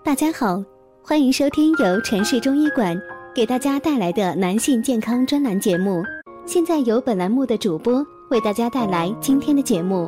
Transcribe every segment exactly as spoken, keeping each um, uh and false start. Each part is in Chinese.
大家好，欢迎收听由城市中医馆给大家带来的男性健康专栏节目。现在由本栏目的主播为大家带来今天的节目。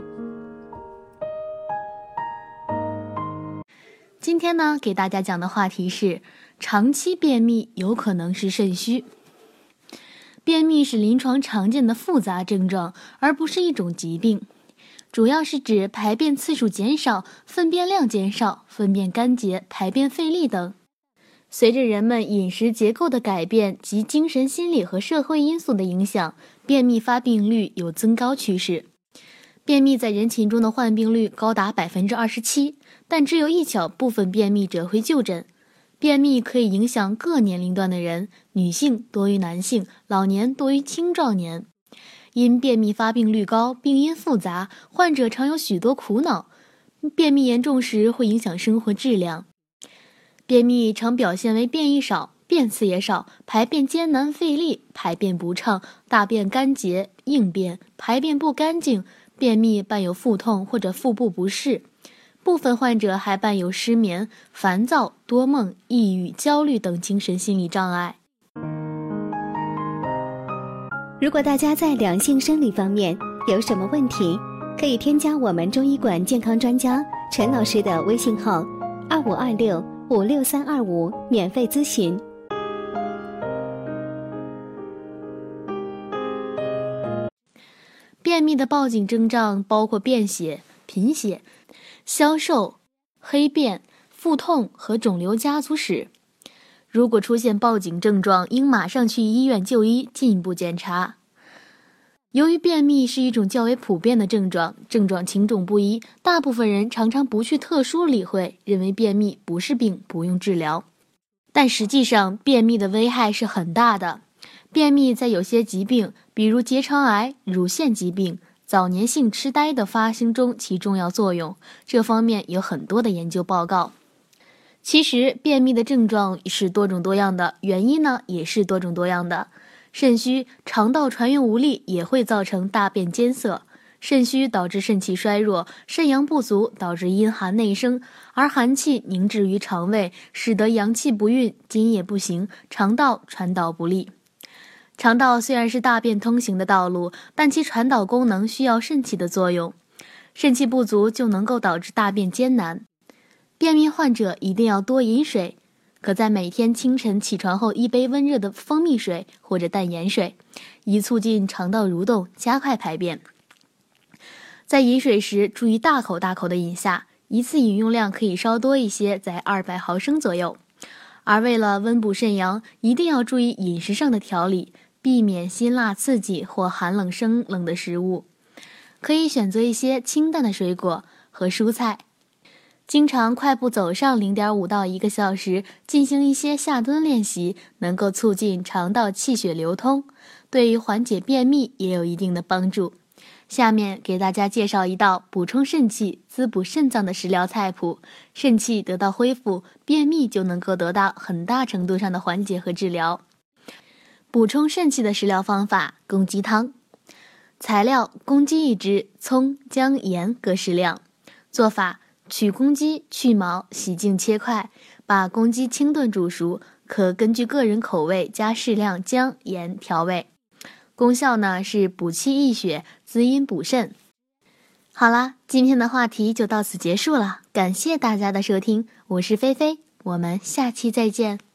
今天呢，给大家讲的话题是长期便秘有可能是肾虚。便秘是临床常见的复杂症状，而不是一种疾病。主要是指排便次数减少、粪便量减少、粪便干结、排便费力等。随着人们饮食结构的改变及精神心理和社会因素的影响，便秘发病率有增高趋势。便秘在人群中的患病率高达 百分之二十七， 但只有一小部分便秘者会就诊。便秘可以影响各年龄段的人，女性多于男性，老年多于青壮年。因便秘发病率高，病因复杂，患者常有许多苦恼。便秘严重时会影响生活质量。便秘常表现为便意少、便次也少、排便艰难费力、排便不畅、大便干结、硬便、排便不干净，便秘伴有腹痛或者腹部不适。部分患者还伴有失眠、烦躁、多梦、抑郁、焦虑等精神心理障碍。 如果大家在两性生理方面有什么问题，可以添加我们中医馆健康专家陈老师的微信号二五二六五六三二五免费咨询。 便秘的报警征兆包括便血、贫血、消瘦、黑便、腹痛和肿瘤家族史。如果出现报警症状，应马上去医院就医，进一步检查。由于便秘是一种较为普遍的症状，症状轻重不一，大部分人常常不去特殊理会，认为便秘不是病，不用治疗。但实际上，便秘的危害是很大的。便秘在有些疾病，比如结肠癌、乳腺疾病、早年性痴呆的发生中起重要作用，这方面有很多的研究报告。其实便秘的症状是多种多样的，原因呢也是多种多样的。肾虚、肠道传运无力也会造成大便艰涩，肾虚导致肾气衰弱，肾阳不足导致阴寒内生，而寒气凝滞于肠胃，使得阳气不运，津液不行，肠道传导不利。肠道虽然是大便通行的道路，但其传导功能需要肾气的作用，肾气不足就能够导致大便艰难。便秘患者一定要多饮水，可在每天清晨起床后一杯温热的蜂蜜水或者淡盐水，以促进肠道蠕动，加快排便。在饮水时，注意大口大口的饮下，一次饮用量可以稍多一些，在二百毫升左右。而为了温补肾阳，一定要注意饮食上的调理，避免辛辣刺激或寒冷生冷的食物，可以选择一些清淡的水果和蔬菜。经常快步走上 零点五到一个小时，进行一些下蹲练习，能够促进肠道气血流通，对于缓解便秘也有一定的帮助。下面给大家介绍一道补充肾气、滋补肾脏的食疗菜谱，肾气得到恢复，便秘就能够得到很大程度上的缓解和治疗。补充肾气的食疗方法：公鸡汤。材料：公鸡一只，葱、姜、盐各适量。做法：取公鸡，去毛，洗净切块，把公鸡清炖煮熟，可根据个人口味加适量姜、盐调味。功效呢是补气益血，滋阴补肾。好啦，今天的话题就到此结束了，感谢大家的收听，我是菲菲，我们下期再见。